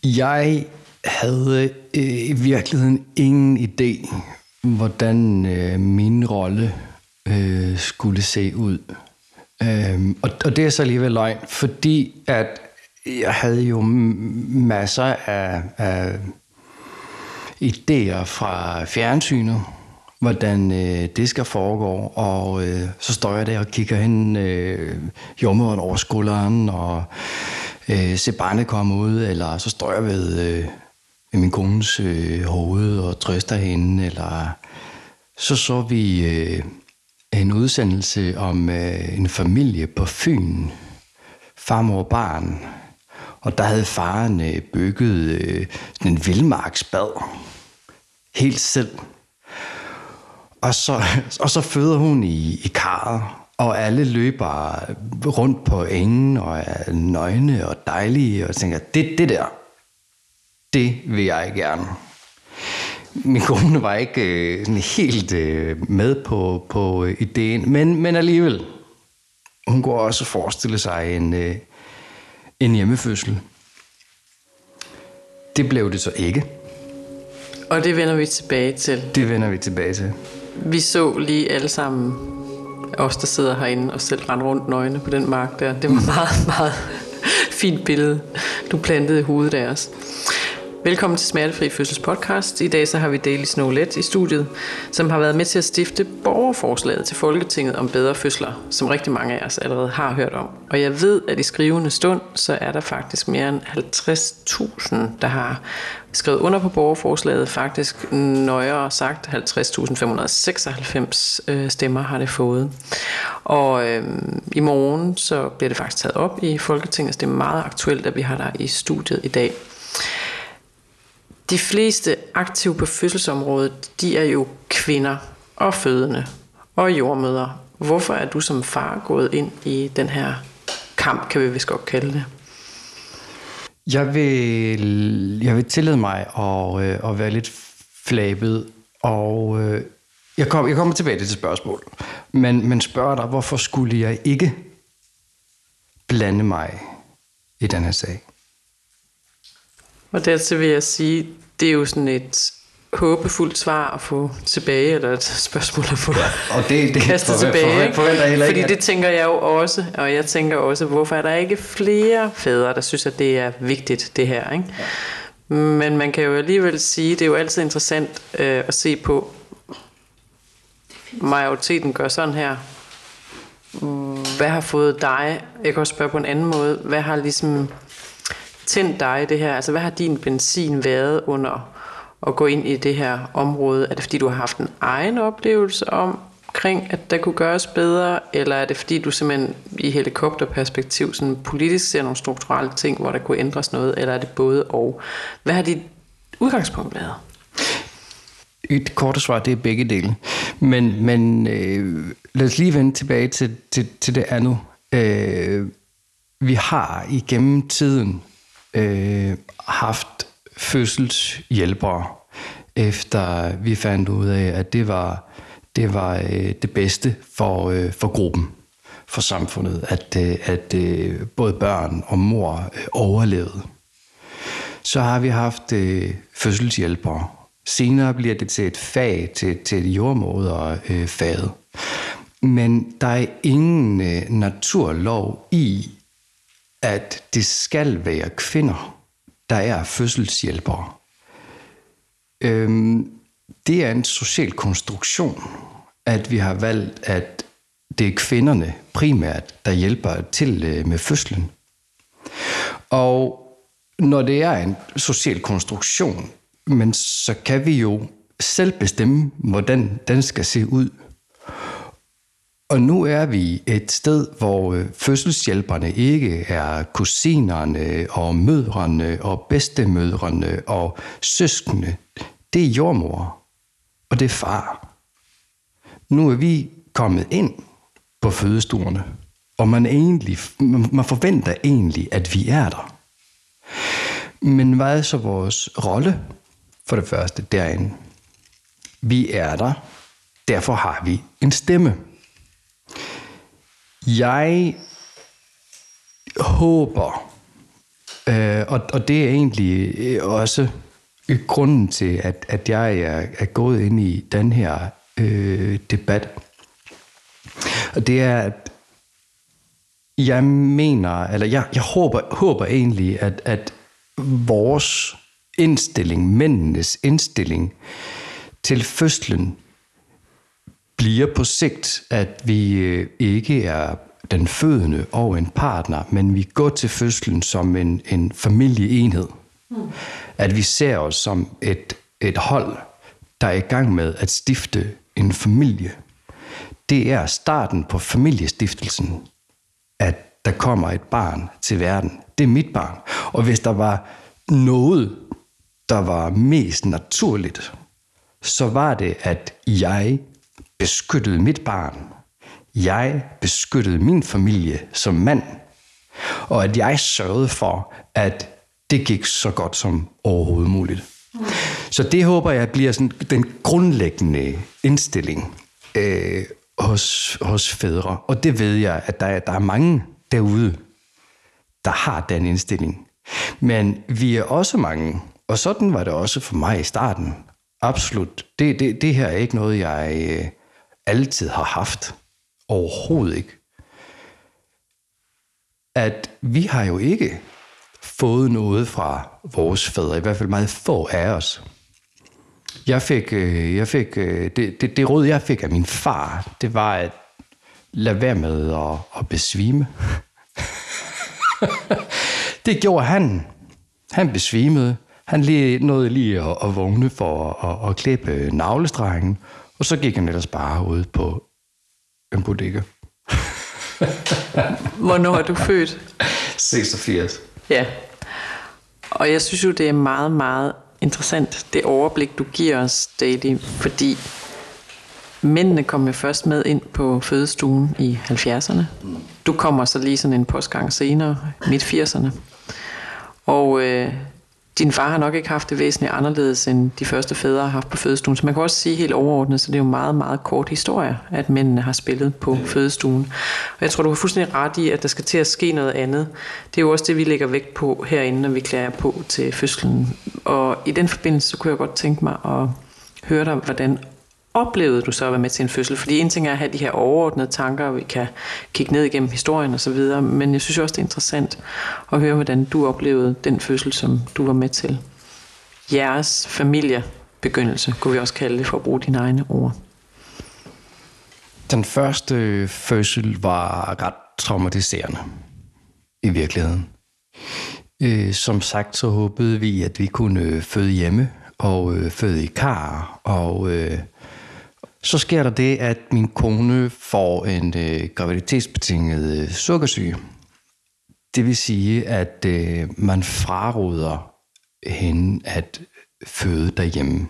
Jeg havde i virkeligheden ingen idé, hvordan min rolle skulle se ud. Og det er så alligevel løgn, fordi at jeg havde jo masser af idéer fra fjernsynet, hvordan det skal foregå, og så står jeg der og kigger hen jordemoderen over skulderen, og ser barnet komme ud, eller så står jeg ved min kones hoved og trøster hende, eller så vi en udsendelse om en familie på Fyn, farmor og barn, og der havde faren bygget sådan en vildmarksbad helt selv. Og så føder hun i karret, og alle løber rundt på engen og er nøgne og dejlige, og tænker, det der, det vil jeg gerne. Min kone var ikke helt med på ideen, men alligevel. Hun kunne også forestille sig en hjemmefødsel. Det blev det så ikke. Og det vender vi tilbage til. Det vender vi tilbage til. Vi så lige alle sammen, os der sidder herinde og selv rende rundt nøgne på den mark der. Det var meget, meget fint billede, du plantede i hovedet af os. Velkommen til Smertefri Fødsels podcast. I dag så har vi Daily Snow-Let i studiet, som har været med til at stifte borgerforslaget til Folketinget om bedre fødsler, som rigtig mange af os allerede har hørt om. Og jeg ved, at i skrivende stund, så er der faktisk mere end 50.000, der har skrevet under på borgerforslaget. Faktisk nøjere sagt 50.596 stemmer har det fået. Og i morgen så bliver det faktisk taget op i Folketinget. Det er meget aktuelt, at vi har der i studiet i dag. De fleste aktive på fødselsområdet, de er jo kvinder og fødende og jordmødre. Hvorfor er du som far gået ind i den her kamp, kan vi vist godt kalde det? Jeg vil tillade mig at være lidt flabet, og jeg kommer tilbage til spørgsmål. Men spørger dig, hvorfor skulle jeg ikke blande mig i den her sag? Og dertil vil jeg sige, det er jo sådan et håbefuldt svar at få tilbage, eller et spørgsmål at få kastet tilbage. Fordi det tænker jeg jo også, og jeg tænker også, hvorfor er der ikke flere fædre, der synes, at det er vigtigt, det her, ikke? Ja. Men man kan jo alligevel sige, det er jo altid interessant at se på, majoriteten gør sådan her. Hvad har fået dig, jeg kan også spørge på en anden måde, hvad har ligesom tændt dig det her? Altså, hvad har din benzin været under at gå ind i det her område? Er det, fordi du har haft en egen oplevelse omkring, at der kunne gøres bedre? Eller er det, fordi du simpelthen i helikopterperspektiv sådan politisk ser nogle strukturelle ting, hvor der kunne ændres noget? Eller er det både og? Hvad har dit udgangspunkt været? Et korte svar, det er begge dele. Men lad os lige vende tilbage til det andet. Vi har igennem tiden haft fødselshjælpere, efter vi fandt ud af, at det var det bedste for gruppen, for samfundet, at både børn og mor overlevede. Så har vi haft fødselshjælpere. Senere bliver det til et fag, til et jordmoderfaget. Men der er ingen naturlov i, at det skal være kvinder, der er fødselshjælpere. Det er en social konstruktion, at vi har valgt, at det er kvinderne primært, der hjælper til med fødslen. Og når det er en social konstruktion, men så kan vi jo selv bestemme, hvordan den skal se ud. Og nu er vi et sted, hvor fødselshjælperne ikke er kusinerne og mødrene og bedstemødrene og søskende. Det er jordmor, og det er far. Nu er vi kommet ind på fødestuerne, og man forventer egentlig, at vi er der. Men hvad er så vores rolle? For det første derinde. Vi er der, derfor har vi en stemme. Jeg håber, Og det er egentlig også grunden til, at jeg er gået ind i den her debat. Og det er, at jeg mener, eller jeg håber egentlig, at vores indstilling, mændenes indstilling til fødslen, bliver på sigt, at vi ikke er den fødende og en partner, men vi går til fødslen som en familieenhed. At vi ser os som et hold, der er i gang med at stifte en familie. Det er starten på familiestiftelsen, at der kommer et barn til verden. Det er mit barn. Og hvis der var noget, der var mest naturligt, så var det, at jeg beskyttede mit barn. Jeg beskyttede min familie som mand. Og at jeg sørgede for, at det gik så godt som overhovedet muligt. Så det håber jeg bliver sådan den grundlæggende indstilling hos fædre. Og det ved jeg, at der er mange derude, der har den indstilling. Men vi er også mange, og sådan var det også for mig i starten. Absolut. Det her er ikke noget, jeg altid har haft. Overhovedet ikke. At vi har jo ikke fået noget fra vores fædre, i hvert fald meget få af os. Det råd, jeg fik af min far, det var at lade være med at besvime. Det gjorde han. Han besvimede. Han nåede lige at vågne for at klippe navlestrengen, og så gik han ellers bare ud på en bodega. Hvornår er du født? 86. Ja, og jeg synes jo, det er meget, meget interessant, det overblik, du giver os, Daly, fordi mændene kom jo først med ind på fødestuen i 70'erne. Du kommer så lige sådan en postgang senere, midt 80'erne. Og din far har nok ikke haft det væsentligt anderledes, end de første fædre har haft på fødestuen. Så man kan også sige helt overordnet, så det er jo meget, meget kort historie, at mændene har spillet på fødestuen. Og jeg tror, du har fuldstændig ret i, at der skal til at ske noget andet. Det er jo også det, vi lægger vægt på herinde, når vi klæder på til fødslen. Og i den forbindelse, så kunne jeg godt tænke mig at høre dig, hvordan oplevede du så at være med til en fødsel? Fordi en ting er at have de her overordnede tanker, og vi kan kigge ned igennem historien og så videre, men jeg synes også, det er interessant at høre, hvordan du oplevede den fødsel, som du var med til. Jeres familiebegyndelse, kunne vi også kalde det, for at bruge dine egne ord. Den første fødsel var ret traumatiserende i virkeligheden. Som sagt, så håbede vi, at vi kunne føde hjemme og føde i kar, og så sker der det, at min kone får en graviditetsbetinget sukkersyge. Det vil sige, at man fraråder hende at føde derhjemme.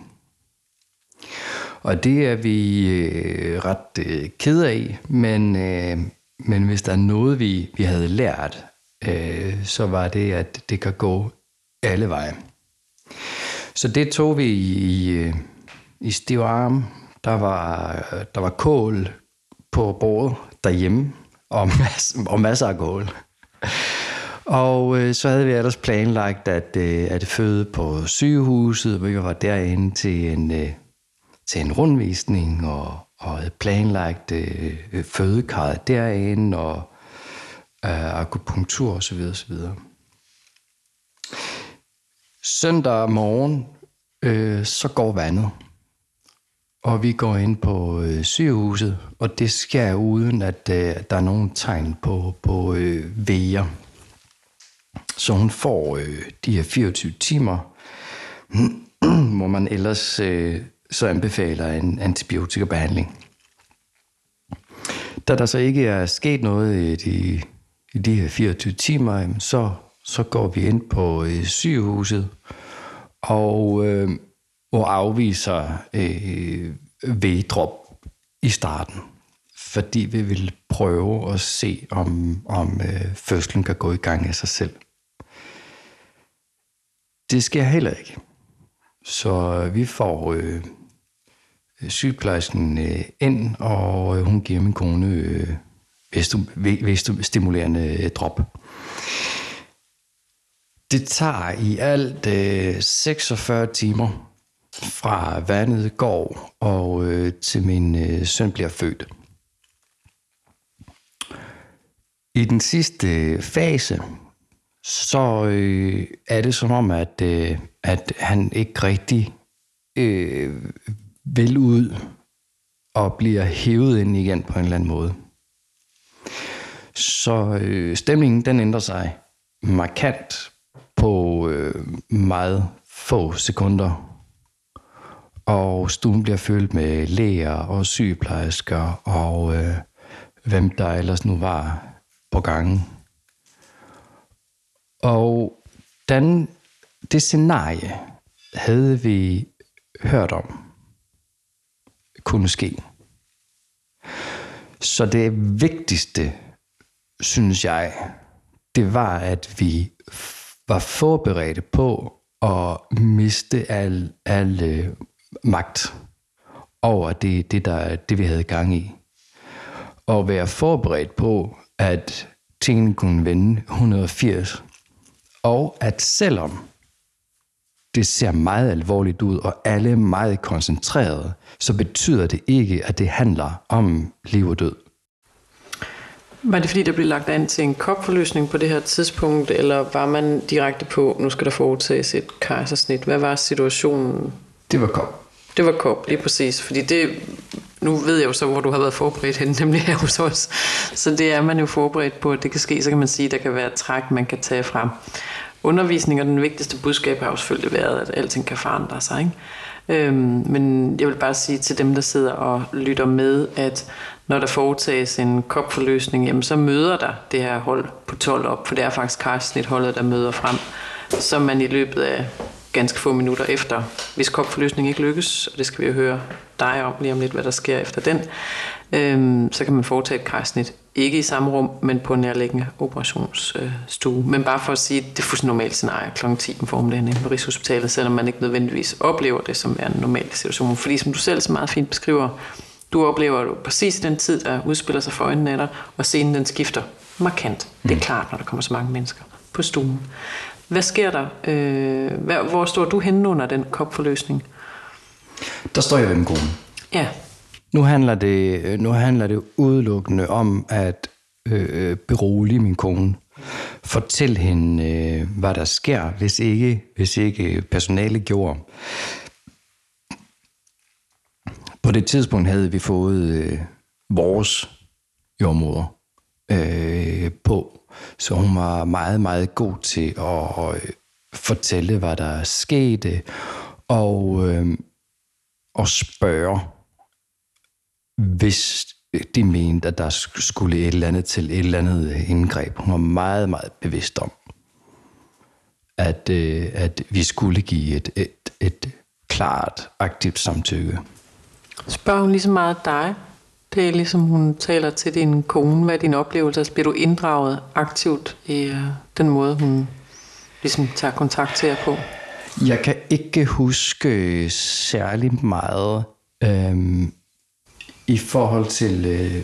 Og det er vi ret kede af, men hvis der er noget, vi havde lært, så var det, at det kan gå alle veje. Så det tog vi i stiv arm. Der var kål på bordet derhjemme, og masser af kål. Og så havde vi ellers planlagt at føde på sygehuset, hvor vi var derinde til en rundvisning, og havde planlagt fødekarret derinde, og akupunktur osv. osv. Søndag morgen, så går vandet. Og vi går ind på sygehuset, og det sker uden, at der er nogen tegn på vejer. Så hun får de her 24 timer, hvor man ellers så anbefaler en antibiotikabehandling. Da der så ikke er sket noget i de her 24 timer, så går vi ind på sygehuset og afviser vægdrop i starten, fordi vi vil prøve at se, om fødslen kan gå i gang af sig selv. Det sker heller ikke. Så vi får sygeplejersken ind, og hun giver min kone stimulerende drop. Det tager i alt 46 timer fra vandet går og til min søn bliver født. I den sidste fase, så er det som om, at han ikke rigtig vil ud og bliver hævet ind igen på en eller anden måde. Så stemningen den ændrer sig markant på meget få sekunder. Og stuen bliver fyldt med læger og sygeplejersker og hvem der ellers nu var på gangen. Og det scenarie havde vi hørt om kunne ske. Så det vigtigste, synes jeg, det var, at vi var forberedte på at miste al magt over det vi havde gang i. Og være forberedt på, at tingene kunne vende 180. Og at selvom det ser meget alvorligt ud, og alle er meget koncentrerede, så betyder det ikke, at det handler om liv og død. Var det fordi, der blev lagt an til en kopforløsning på det her tidspunkt, eller var man direkte på, nu skal der foretages et kejsersnit? Hvad var situationen? Det var kop. Det var kop, lige præcis. Fordi nu ved jeg jo så, hvor du har været forberedt henne, nemlig her hos os. Så det er man jo forberedt på, at det kan ske. Så kan man sige, at der kan være træk, man kan tage frem. Undervisning og den vigtigste budskab har jo selvfølgelig været, at alting kan forandre sig, ikke? Men jeg vil bare sige til dem, der sidder og lytter med, at når der foretages en kopforløsning, jamen så møder der det her hold på 12 op, for det er faktisk kejsersnitholdet, der møder frem, så man i løbet af ganske få minutter efter, hvis kopforløsning ikke lykkes, og det skal vi jo høre dig om lige om lidt, hvad der sker efter den, så kan man foretage et kejsersnit. Ikke i samme rum, men på en nærliggende operationsstue. Men bare for at sige, at det er fuldstændig normalt scenarie kl. 10 om formiddagen inde på Rigshospitalet, selvom man ikke nødvendigvis oplever det som er en normal situation. Fordi som du selv så meget fint beskriver, du oplever jo præcis den tid, der udspiller sig for øjnene af dig, og scenen den skifter markant. Det er klart, når der kommer så mange mennesker på stuen. Hvad sker der? Hvor står du henne under den kopforløsning? Der står jeg ved min kone. Ja. Nu handler det udelukkende om at berolige min kone. Fortæl hende, hvad der sker, hvis ikke personale gjorde. På det tidspunkt havde vi fået vores jordmoder på, så hun var meget, meget god til at fortælle, hvad der skete, og spørge, hvis de mente, at der skulle et eller andet til et eller andet indgreb. Hun var meget, meget bevidst om, at vi skulle give et klart, aktivt samtykke. Spørger hun lige så meget dig? Det er ligesom hun taler til din kone. Hvad er din oplevelse? Altså, bliver du inddraget aktivt i den måde, hun ligesom tager kontakt til jer på? Jeg kan ikke huske særlig meget i forhold til,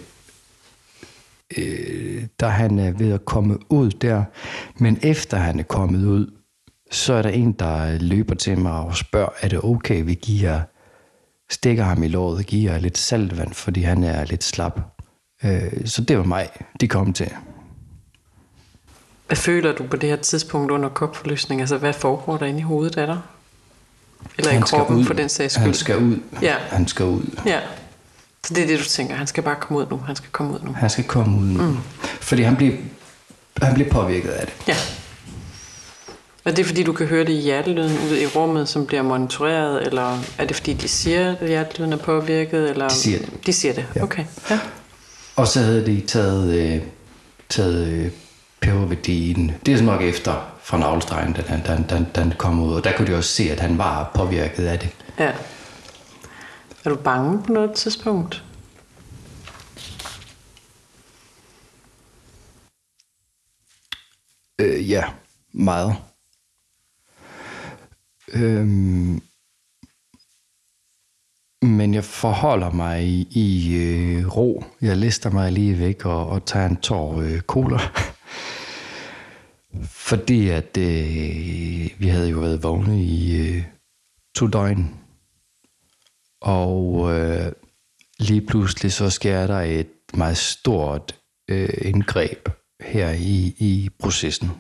da han er ved at komme ud der. Men efter han er kommet ud, så er der en, der løber til mig og spørger, er det okay, vi stikker ham i låret og giver lidt saltvand, fordi han er lidt slap. Så det var mig, de kom til. Hvad føler du på det her tidspunkt under kopforløsning? Altså, hvad foregår der inde i hovedet af dig? Eller han i kroppen, for den sags skyld? Han skal ud. Ja. Han skal ud. Ja. Så det er det, du tænker, han skal bare komme ud nu. Han skal komme ud nu. Han skal komme ud nu. Fordi han bliver påvirket af det. Ja. Og det er fordi, du kan høre det i hjertelyden ude i rummet, som bliver monitoreret, eller er det fordi, de siger, at hjertelyden er påvirket? Eller? De siger det. De siger det, ja. Okay. Ja. Og så havde de taget pebervedien. Det er så nok efter fra navlestrengen, da den kom ud. Og der kunne de også se, at han var påvirket af det. Ja. Er du bange på noget tidspunkt? Ja, meget. Men jeg forholder mig i ro. Jeg lister mig lige væk og tager en tår cola. Fordi at vi havde jo været vågne i 2 døgn. Og lige pludselig så sker der et meget stort indgreb her i processen.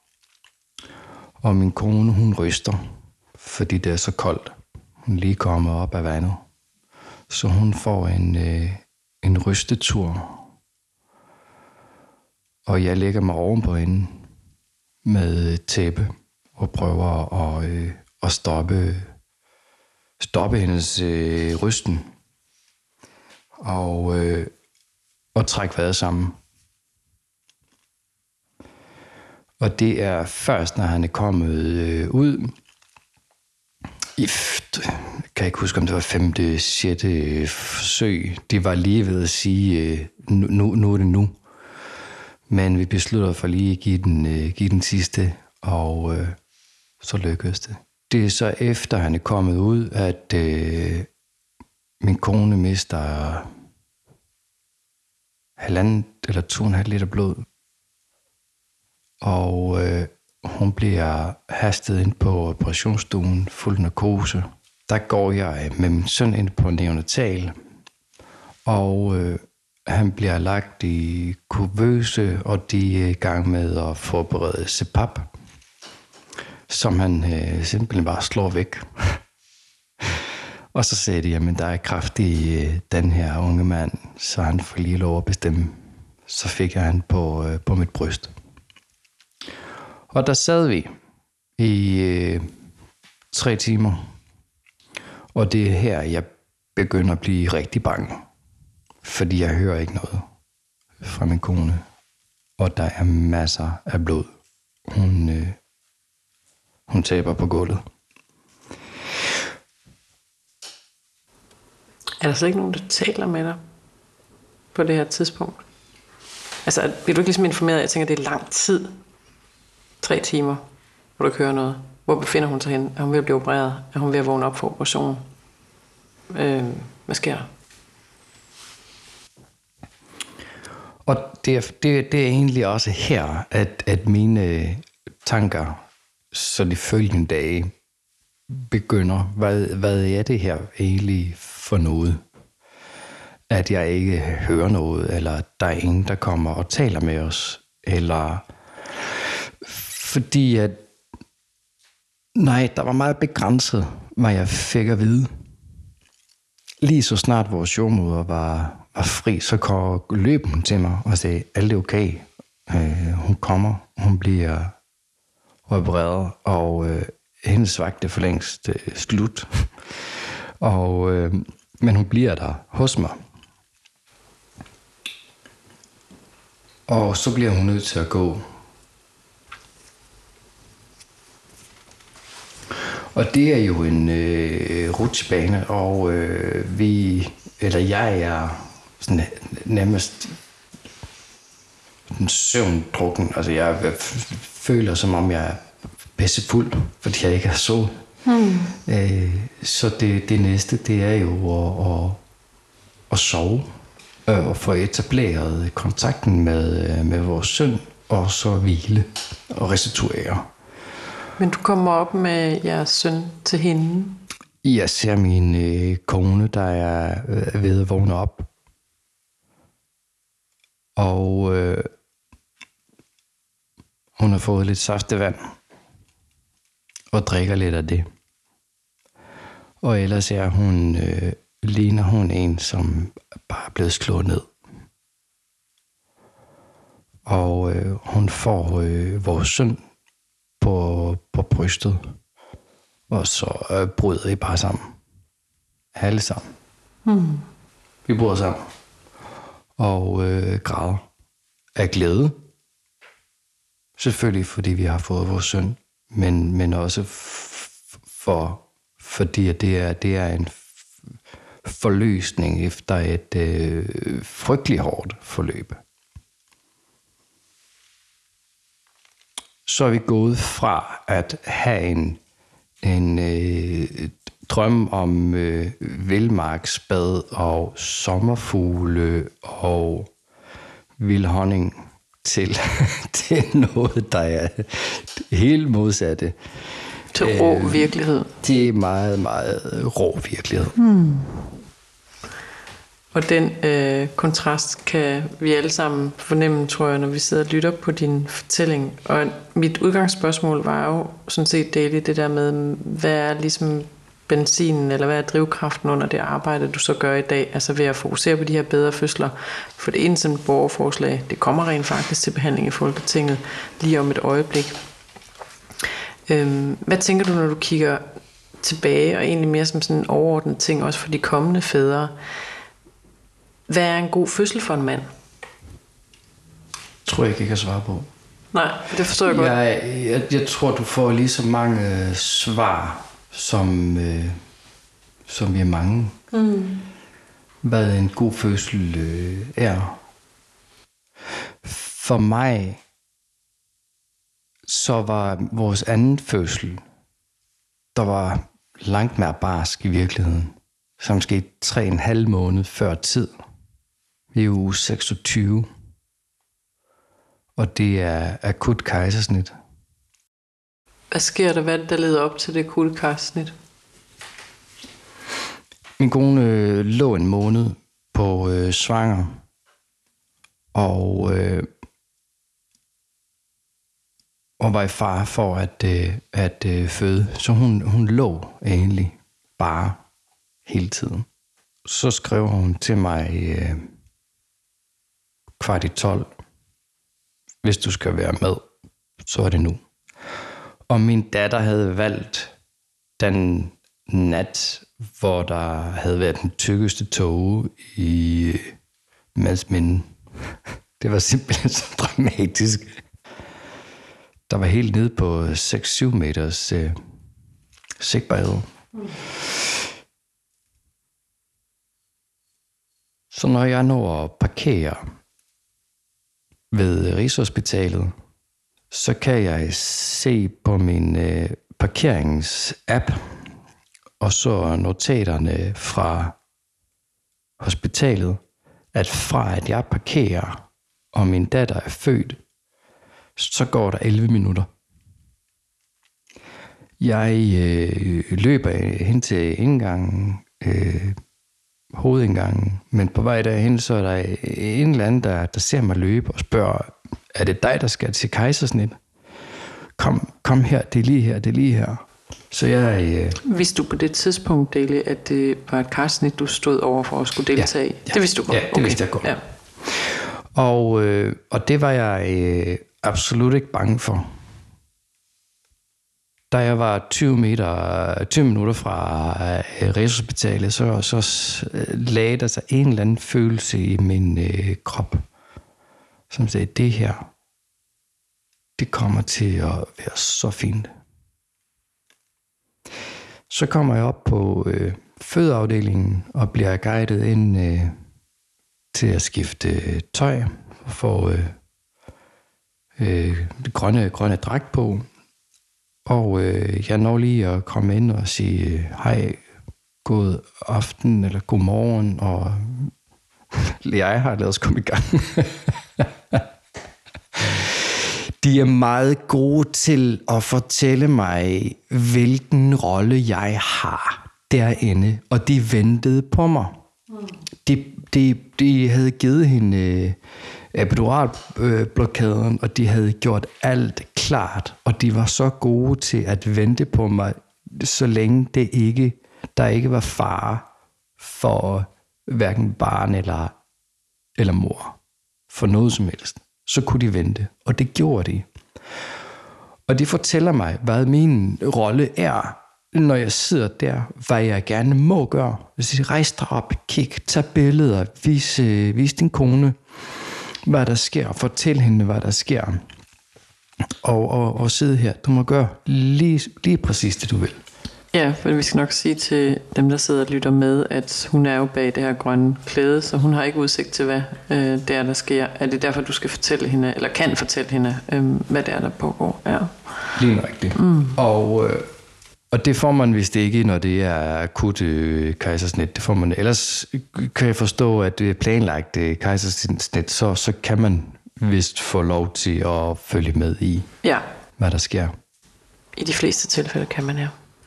Og min kone, hun ryster, fordi det er så koldt. Hun lige kommer op af vandet. Så hun får en rystetur. Og jeg lægger mig ovenpå hende med tæppe og prøver at stoppe hendes rysten. Og trække vejret sammen. Og det er først, når han er kommet ud, kan jeg ikke huske, om det var 5., 6. forsøg. De var lige ved at sige, nu er det nu. Men vi beslutter for lige at give den sidste, og så lykkedes det. Det er så efter, han er kommet ud, at min kone mister 1,5 eller 2,5 liter blod. Og hun bliver hastet ind på operationsstuen, fuld narkose. Der går jeg med min søn ind på neonatal, og han bliver lagt i kuvøse, og de er i gang med at forberede CPAP, som han simpelthen bare slår væk. Og så sagde de, jamen der er kraft i den her unge mand, så han får lige lov at bestemme. Så fik jeg han på mit bryst. Og der sad vi i 3 timer. Og det er her, jeg begynder at blive rigtig bange. Fordi jeg hører ikke noget fra min kone. Og der er masser af blod. Hun taber på gulvet. Er der så ikke nogen, der taler med dig på det her tidspunkt? Altså, bliver du ikke ligesom informeret? Jeg tænker, det er lang tid. 3 timer, hvor du kører noget. Hvor befinder hun sig hen? Er hun ved at blive opereret? Er hun ved at vågne op for operationen? Hvad sker der? Og det er egentlig også her, at mine tanker, så de følgende dage, begynder. Hvad er det her egentlig for noget? At jeg ikke hører noget, eller der er ingen, der kommer og taler med os, eller fordi at nej, der var meget begrænset, hvad jeg fik at vide. Lige så snart vores jordmoder var fri, så løb hun til mig og sagde, alt er okay. Hun kommer, hun bliver opereret, og hendes vagt er for længst slut. Men hun bliver der hos mig. Og så bliver hun nødt til at gå. Og det er jo en rutsjebane, og jeg er sådan nærmest søvndrukken. Altså jeg føler, som om jeg er pissefuld, fordi jeg ikke har sovet. Så det næste, det er jo at sove og få etableret kontakten med vores søn, og så hvile og restituere. Men du kommer op med jeres søn til hende? Jeg ser min kone, der er ved at vågne op. Og hun har fået lidt saftevand og drikker lidt af det. Og ellers ligner hun en, som bare er blevet slået ned. Og hun får vores søn på brystet, og så bryder I bare sammen. Alle sammen. Vi bryder sammen. Og græder af glæde. Selvfølgelig, fordi vi har fået vores søn, men også fordi at det er en forløsning efter et frygtelig hårdt forløb. Så er vi gået fra at have en drøm om vildmarksbad og sommerfugle og vild honning til noget, der er helt modsatte. Til rå virkelighed. Det er meget, meget rå virkelighed. Og den kontrast kan vi alle sammen fornemme, tror jeg, når vi sidder og lytter på din fortælling. Og mit udgangsspørgsmål var jo sådan set delt det der med, hvad er ligesom benzinen, eller hvad er drivkraften under det arbejde, du så gør i dag, altså ved at fokusere på de her bedre fødsler. For det ene sådan borgerforslag, det kommer rent faktisk til behandling i Folketinget lige om et øjeblik. Hvad tænker du, når du kigger tilbage, og egentlig mere som sådan en overordnet ting, også for de kommende fædre? Hvad er en god fødsel for en mand? Tror jeg ikke, jeg kan svare på. Nej, det forstår jeg godt. Jeg tror, du får lige så mange svar, som vi er mange. Hvad en god fødsel er. For mig, så var vores anden fødsel, der var langt mere barsk i virkeligheden. Som skete 3,5 måned før tid. Vi er jo uge 26. Og det er akut kejsersnit. Hvad sker der? Hvad er det, der leder op til det akutte kejsersnit? Min kone lå en måned på svanger. Og var i fare for at føde. Så hun lå egentlig bare hele tiden. Så skrev hun til mig 11:15. Hvis du skal være med, så er det nu. Og min datter havde valgt den nat, hvor der havde været den tykkeste tåge i Madsminde. Det var simpelthen så dramatisk. Der var helt nede på 6-7 meters sigtbarhed. Så når jeg når at parkere ved Rigshospitalet, så kan jeg se på min parkeringsapp, og så notaterne fra hospitalet, at fra at jeg parkerer, og min datter er født, så går der 11 minutter. Jeg løber hen til indgangen, hovedindgangen, men på vej derhen, så er der en eller anden, der ser mig løbe og spørger, er det dig, der skal til kejsersnit? Kom her, det er lige her, det er lige her. Så jeg... Vidste du på det tidspunkt, Dele, at det var et kejsersnit, du stod over for at skulle deltage i? Ja, det vidste du godt? Ja, det vidste jeg godt. Ja. Og det var jeg absolut ikke bange for. Da jeg var 20 minutter fra Rigshospitalet, så lagde der sig en eller anden følelse i min krop, som sagde, det her, det kommer til at være så fint. Så kommer jeg op på fødeafdelingen og bliver guidet ind til at skifte tøj og få grønne dragt på. Og jeg når lige at komme ind og sige hej, god aften eller god morgen, og jeg har lavet os komme i gang. De er meget gode til at fortælle mig, hvilken rolle jeg har derinde, og de ventede på mig. De havde givet hende epiduralblokaden, og de havde gjort alt klart, og de var så gode til at vente på mig, så længe der ikke var fare for hverken barn eller mor, for noget som helst. Så kunne de vente, og det gjorde de. Og de fortæller mig, hvad min rolle er, når jeg sidder der, hvad jeg gerne må gøre. Jeg siger, rejs dig op, kig, tag billeder, vis din kone, hvad der sker, fortæl hende, hvad der sker. Og sidde her, du må gøre lige præcis det, du vil. Ja, for vi skal nok sige til dem, der sidder og lytter med, at hun er jo bag det her grønne klæde, så hun har ikke udsigt til, hvad det er, der sker. Er det derfor, du skal fortælle hende, eller kan fortælle hende, hvad det er, der pågår? Ja. Lige nøjagtigt. Og det får man vist ikke, når det er akut kejsersnit. Det får man. Ellers kan jeg forstå, at det er planlagt kejsersnit, så kan man vist få lov til at følge med i, hvad der sker. I de fleste tilfælde kan man, ja.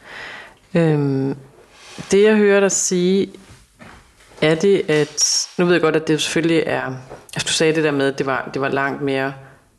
Det jeg hører dig sige, er det, at nu ved jeg godt, at det selvfølgelig er, altså du sagde det der med, at det var langt mere,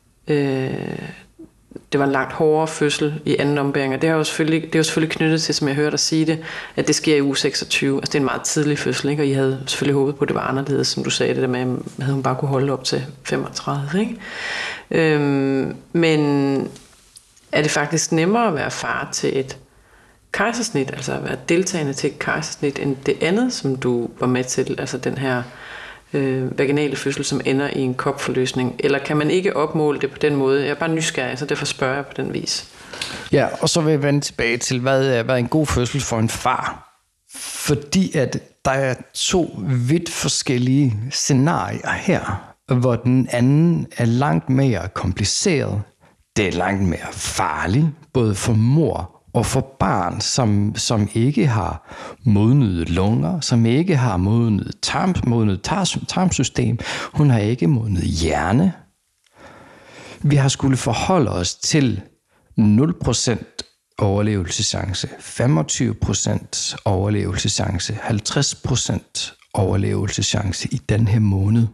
det var en langt hårdere fødsel i anden ombæring, og det er jo selvfølgelig knyttet til, som jeg hørte dig sige det, at det sker i uge 26, altså det er en meget tidlig fødsel, ikke? Og I havde selvfølgelig håbet på, at det var anderledes, som du sagde det der med, at hun bare kunne holde op til 35, ikke? Men er det faktisk nemmere at være far til et kejsersnit, altså at være deltagende til et kejsersnit, end det andet, som du var med til, altså den her vaginale fødsel, som ender i en kopforløsning? Eller kan man ikke opmåle det på den måde? Jeg er bare nysgerrig, så derfor spørger jeg på den vis. Ja, og så vil jeg vende tilbage til, hvad er en god fødsel for en far? Fordi at der er 2 vidt forskellige scenarier her, hvor den anden er langt mere kompliceret. Det er langt mere farligt, både for mor og for barn, som ikke har modnet lunger, som ikke har modnet tarmsystem, hun har ikke modnet hjerne. Vi har skulle forholde os til 0% overlevelseschance, 25% overlevelseschance, 50% overlevelseschance i den her måned.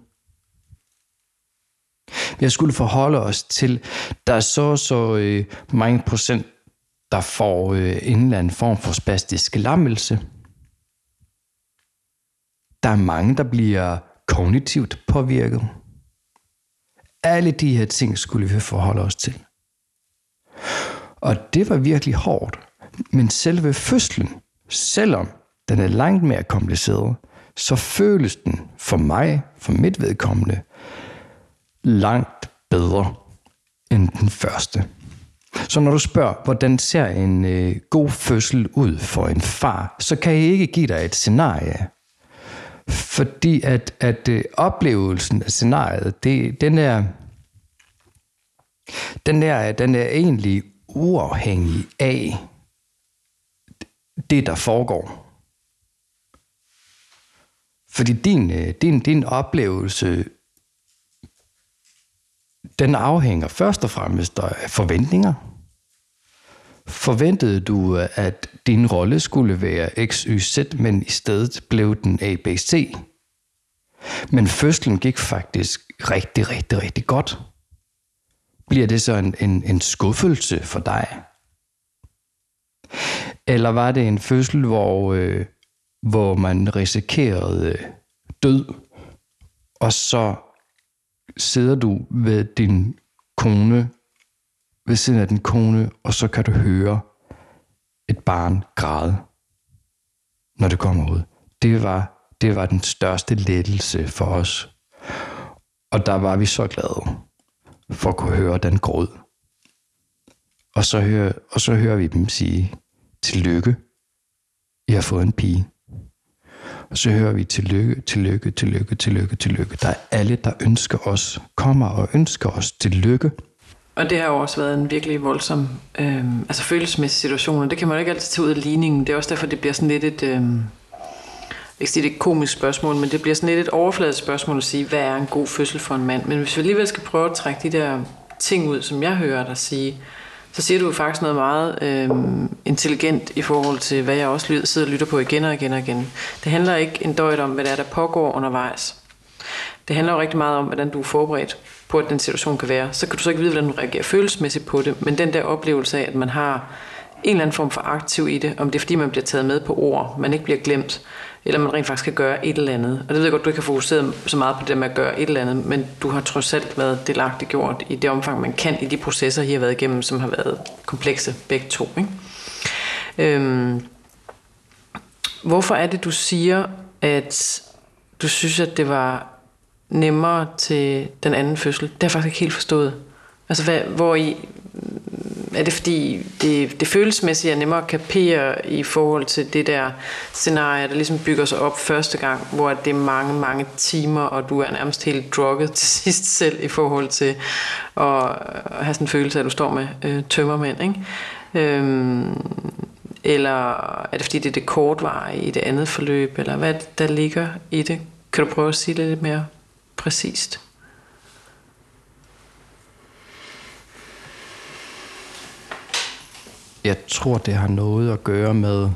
Vi har skulle forholde os til, der er så mange procent, der får en eller anden form for spastisk lammelse. Der er mange, der bliver kognitivt påvirket. Alle de her ting skulle vi forholde os til. Og det var virkelig hårdt. Men selve fødslen, selvom den er langt mere kompliceret, så føles den for mig, for mit vedkommende, langt bedre end den første. Så når du spørger, hvordan ser en god fødsel ud for en far, så kan jeg ikke give dig et scenarie. Fordi at oplevelsen af scenariet, den er egentlig uafhængig af det, der foregår. Fordi din oplevelse, den afhænger først og fremmest af forventninger. Forventede du, at din rolle skulle være X, Y, Z, men i stedet blev den A, B, C? Men fødslen gik faktisk rigtig, rigtig, rigtig godt. Bliver det så en skuffelse for dig? Eller var det en fødsel, hvor man risikerede død, og så sidder du ved din kone, ved siden af din kone, og så kan du høre et barn græde, når det kommer ud. Det var den største lettelse for os. Og der var vi så glade for at kunne høre den gråd. Og så hører vi dem sige, tillykke, I har fået en pige. Og så hører vi tillykke, tillykke, tillykke, tillykke, tillykke. Der er alle, der ønsker os, kommer og ønsker os tillykke. Og det har jo også været en virkelig voldsom følelsesmæssig situation, og det kan man jo ikke altid tage ud af ligningen. Det er også derfor, det bliver sådan lidt ikke sige det er et komisk spørgsmål, men det bliver sådan lidt et overfladisk spørgsmål at sige, hvad er en god fødsel for en mand? Men hvis vi alligevel skal prøve at trække de der ting ud, som jeg hører dig sige, så siger du faktisk noget meget intelligent i forhold til, hvad jeg også sidder og lytter på igen og igen og igen. Det handler ikke en døjt om, hvad der pågår undervejs. Det handler jo rigtig meget om, hvordan du er forberedt på, at den situation kan være. Så kan du så ikke vide, hvordan du reagerer følelsesmæssigt på det, men den der oplevelse af, at man har en eller anden form for aktiv i det, om det er fordi, man bliver taget med på ord, man ikke bliver glemt, eller man rent faktisk kan gøre et eller andet. Og det ved jeg godt, du ikke har fokuseret så meget på det med at gøre et eller andet, men du har trods alt været delagtigt gjort i det omfang, man kan i de processer, I har været igennem, som har været komplekse begge to. Ikke? Hvorfor er det, du siger, at du synes, at det var nemmere til den anden fødsel? Det har jeg faktisk ikke helt forstået. Altså, er det fordi, det følelsesmæssige er nemmere at kapere i forhold til det der scenarie, der ligesom bygger sig op første gang, hvor det er mange, mange timer, og du er nærmest helt drugget til sidst selv i forhold til at have sådan en følelse af, at du står med tømmermænd, ikke? Eller er det fordi, det er det kortvarige i det andet forløb, eller hvad der ligger i det? Kan du prøve at sige det lidt mere præcist? Jeg tror, det har noget at gøre med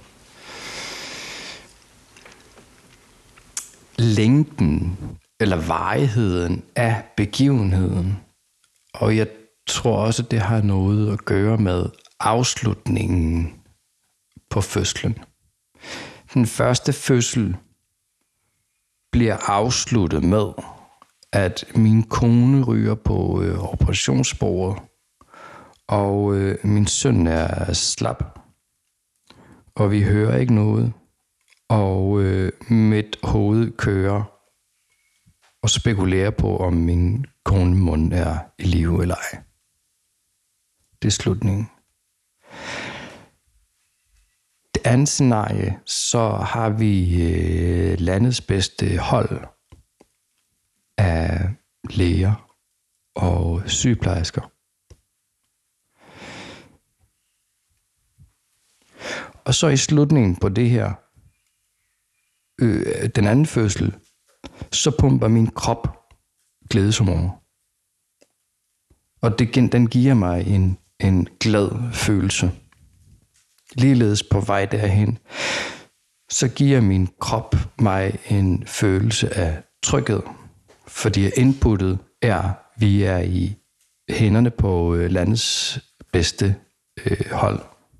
længden eller varigheden af begivenheden. Og jeg tror også, det har noget at gøre med afslutningen på fødslen. Den første fødsel bliver afsluttet med, at min kone ryger på operationsbordet, og min søn er slap, og vi hører ikke noget, og mit hoved kører og spekulerer på, om min kone mund er i live eller ej. Det er slutningen. Det andet scenarie, så har vi landets bedste hold af læger og sygeplejersker. Og så i slutningen på det her, den anden fødsel, så pumper min krop glædeshormoner. Og den giver mig en glad følelse. Ligeledes på vej derhen, så giver min krop mig en følelse af tryghed. Fordi inputtet er, vi er i hænderne på landets bedste hold.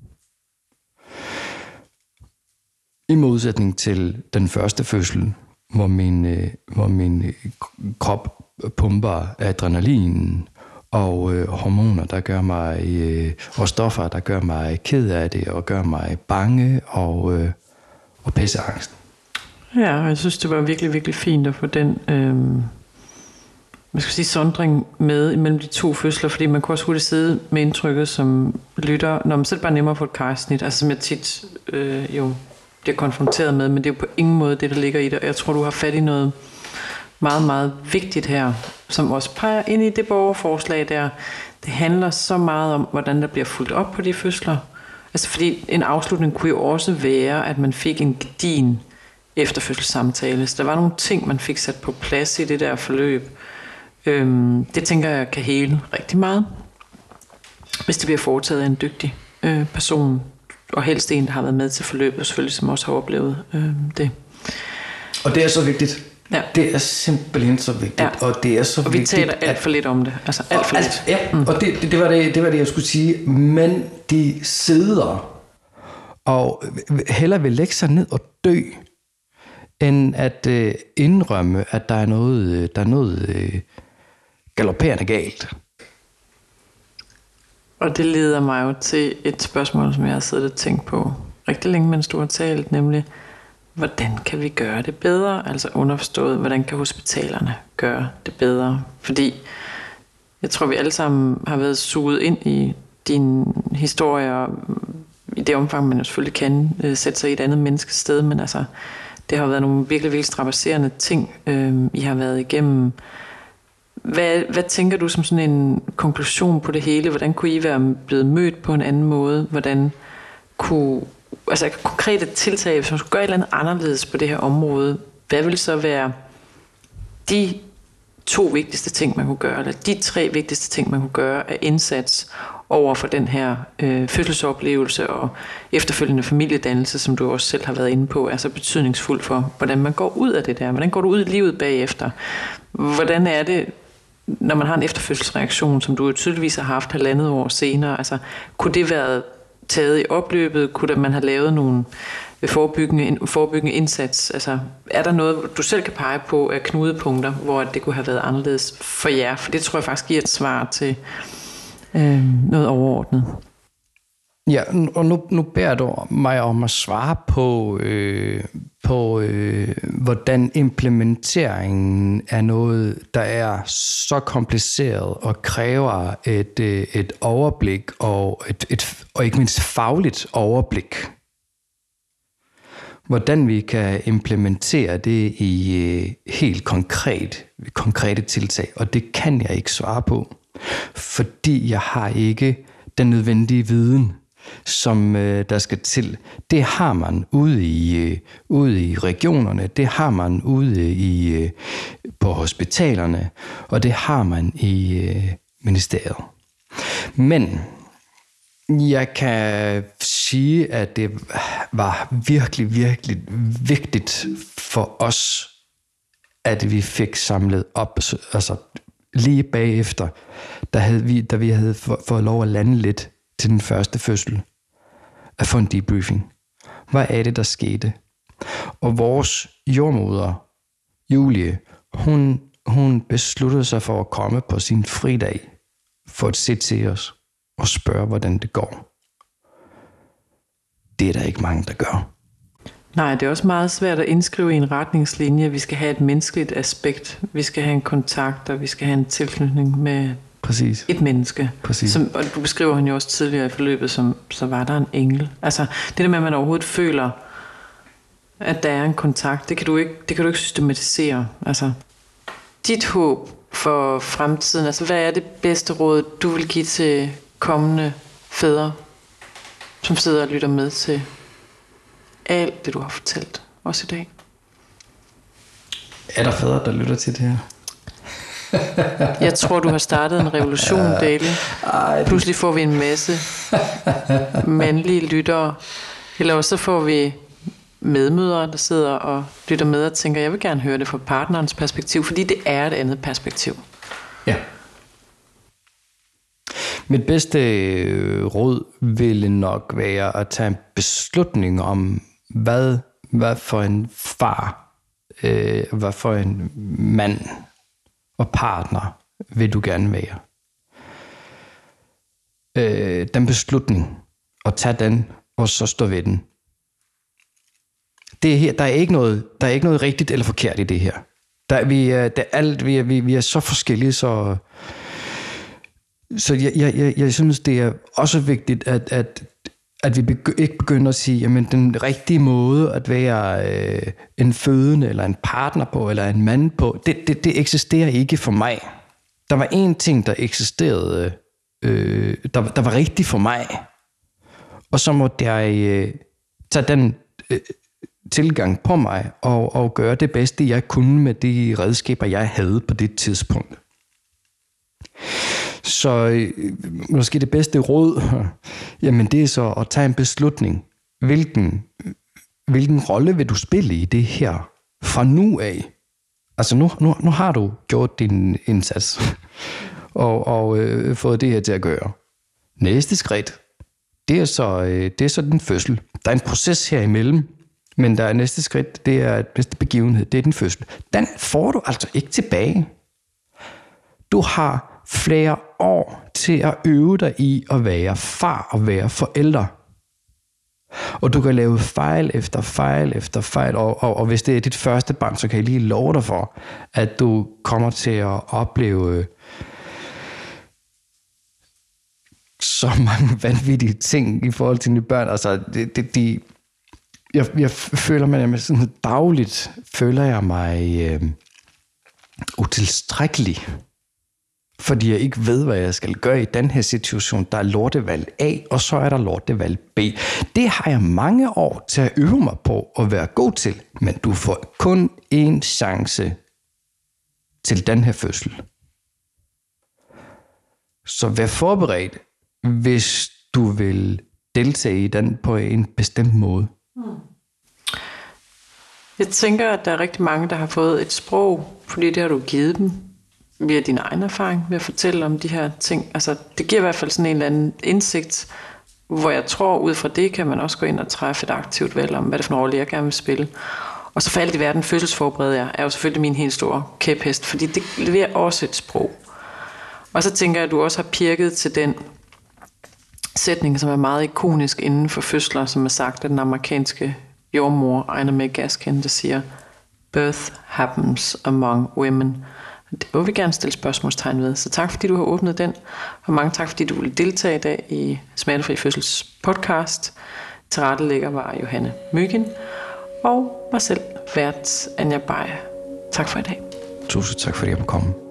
I modsætning til den første fødsel, hvor min krop pumper adrenalin og hormoner, der gør mig, og stoffer, der gør mig ked af det, og gør mig bange og pisseangst. Ja, og jeg synes, det var virkelig, virkelig fint at få den sondring med imellem de to fødsler, fordi man kunne også hurtigt sidde med indtrykket som lytter, når man så er det bare nemmere at få et kejsersnit, altså som jeg tit jo bliver konfronteret med, men det er jo på ingen måde det, der ligger i det, og jeg tror, du har fat i noget meget, meget vigtigt her, som også peger ind i det borgerforslag der. Det handler så meget om, hvordan der bliver fulgt op på de fødsler. Altså fordi en afslutning kunne jo også være, at man fik en gedigen efterfødselssamtale. Så der var nogle ting, man fik sat på plads i det der forløb. Det tænker jeg kan hele rigtig meget, hvis det bliver foretaget af en dygtig person, og helst en, der har været med til forløbet, og selvfølgelig som også har oplevet det. Og det er så vigtigt. Ja. Det er simpelthen så vigtigt, ja. Og det er så vigtigt. Og vi taler alt for lidt om det, altså alt for lidt. Ja, og det var det, jeg skulle sige. Men de sidder og hellere vil lægge sig ned og dø, end at indrømme, at der er noget galopperende galt. Og det leder mig jo til et spørgsmål, som jeg har siddet og tænkt på rigtig længe, mens du har talt, nemlig, hvordan kan vi gøre det bedre? Altså underforstået, hvordan kan hospitalerne gøre det bedre? Fordi jeg tror, vi alle sammen har været suget ind i dine historier, i det omfang, man jo selvfølgelig kan sætte sig i et andet menneskes sted, men altså, det har været nogle virkelig, virkelig strabasserende ting, I har været igennem. Hvad tænker du som sådan en konklusion på det hele? Hvordan kunne I være blevet mødt på en anden måde? Hvordan kunne, altså konkrete tiltag, hvis man skulle gøre et eller andet anderledes på det her område, hvad vil så være de 2 vigtigste ting, man kunne gøre, eller de 3 vigtigste ting, man kunne gøre af indsats over for den her fødselsoplevelse og efterfølgende familiedannelse, som du også selv har været inde på, er så betydningsfuldt for, hvordan man går ud af det der. Hvordan går du ud i livet bagefter? Hvordan er det, når man har en efterfødselsreaktion, som du jo tydeligvis har haft 1,5 år senere? Altså, kunne det være taget i opløbet? Kunne man have lavet nogle forebyggende indsats? Altså, er der noget, du selv kan pege på af knudepunkter, hvor det kunne have været anderledes for jer? For det tror jeg faktisk giver et svar til noget overordnet. Ja, og nu beder du mig om at svare på hvordan implementeringen af noget, der er så kompliceret og kræver et overblik og ikke mindst fagligt overblik. Hvordan vi kan implementere det i helt konkrete tiltag, og det kan jeg ikke svare på, fordi jeg har ikke den nødvendige viden, som der skal til. Det har man ude i regionerne, det har man ude på hospitalerne, og det har man i ministeriet. Men Jeg kan sige, at det var virkelig, virkelig vigtigt for os, at vi fik samlet op. Altså lige bagefter, da vi havde fået lov at lande lidt til den første fødsel, at få en debriefing. Hvad er det, der skete? Og vores jordmoder, Julie, hun besluttede sig for at komme på sin fridag for at se til os og spørge, hvordan det går. Det er der ikke mange, der gør. Nej, det er også meget svært at indskrive i en retningslinje. Vi skal have et menneskeligt aspekt. Vi skal have en kontakt, og vi skal have en tilknytning med Præcis. et menneske. Præcis. Og du beskriver hende jo også tidligere i forløbet, så var der en engel. Altså, det der med, at man overhovedet føler, at der er en kontakt, det kan du ikke systematisere. Altså, dit håb for fremtiden, altså hvad er det bedste råd, du vil give til kommende fædre, som sidder og lytter med til alt det, du har fortalt også i dag? Er der fædre, der lytter til det her? Jeg tror, du har startet en revolution, Dale. Pludselig får vi en masse mandlige lyttere. Eller også så får vi medmødre, der sidder og lytter med og tænker, jeg vil gerne høre det fra partnerens perspektiv, fordi det er et andet perspektiv. Ja. Mit bedste råd ville nok være at tage en beslutning om, hvad for en far, hvad for en mand og partner vil du gerne være. Den beslutning, og tage den, og så stå ved den. Det her, der er ikke noget rigtigt eller forkert i det her. Vi er så forskellige, så jeg synes, det er også vigtigt, at vi ikke begynder at sige, jamen den rigtige måde at være en fødende, eller en partner på, eller en mand på, det eksisterer ikke for mig. Der var én ting, der eksisterede, der var rigtigt for mig, og så måtte jeg tage den tilgang på mig, og gøre det bedste, jeg kunne med de redskaber, jeg havde på det tidspunkt. Så måske det bedste råd, jamen det er så at tage en beslutning. Hvilken rolle vil du spille i det her fra nu af? Altså nu har du gjort din indsats og fået det her til at gøre. Næste skridt, det er så den fødsel. Der er en proces her imellem, men der er næste skridt, det er næste begivenhed, det er den fødsel. Den får du altså ikke tilbage. Du har flere år til at øve dig i at være far og være forælder. Og du kan lave fejl efter fejl efter fejl, og hvis det er dit første barn, så kan jeg lige love dig for, at du kommer til at opleve så mange vanvittige ting i forhold til dine børn. Altså, jeg føler mig sådan dagligt, føler jeg mig utilstrækkelig, fordi jeg ikke ved, hvad jeg skal gøre i den her situation. Der er lortevalg A, og så er der lortevalg B. Det har jeg mange år til at øve mig på at være god til, men du får kun én chance til den her fødsel. Så vær forberedt, hvis du vil deltage i den på en bestemt måde. Jeg tænker, at der er rigtig mange, der har fået et sprog, fordi det har du givet dem via din egen erfaring, ved at fortælle om de her ting. Altså, det giver i hvert fald sådan en eller anden indsigt, hvor jeg tror, ud fra det kan man også gå ind og træffe et aktivt valg om, hvad det for en rolle, jeg gerne vil spille. Og så for alt i verden, fødselsforbereder jeg, er jo selvfølgelig min helt store kæphest, fordi det leverer også et sprog. Og så tænker jeg, at du også har pirket til den sætning, som er meget ikonisk inden for fødsler, som er sagt af den amerikanske jordmor Ina May Gaskin, der siger, "Birth happens among women." Det må vi gerne stille spørgsmålstegn ved. Så tak, fordi du har åbnet den, og mange tak, fordi du ville deltage i dag i Smertefri Fødsels podcast. Tilrettelægger var Johanne Myggen, og mig selv, vært Anja Beyer. Tak for i dag. Tusind tak, fordi jeg måtte komme.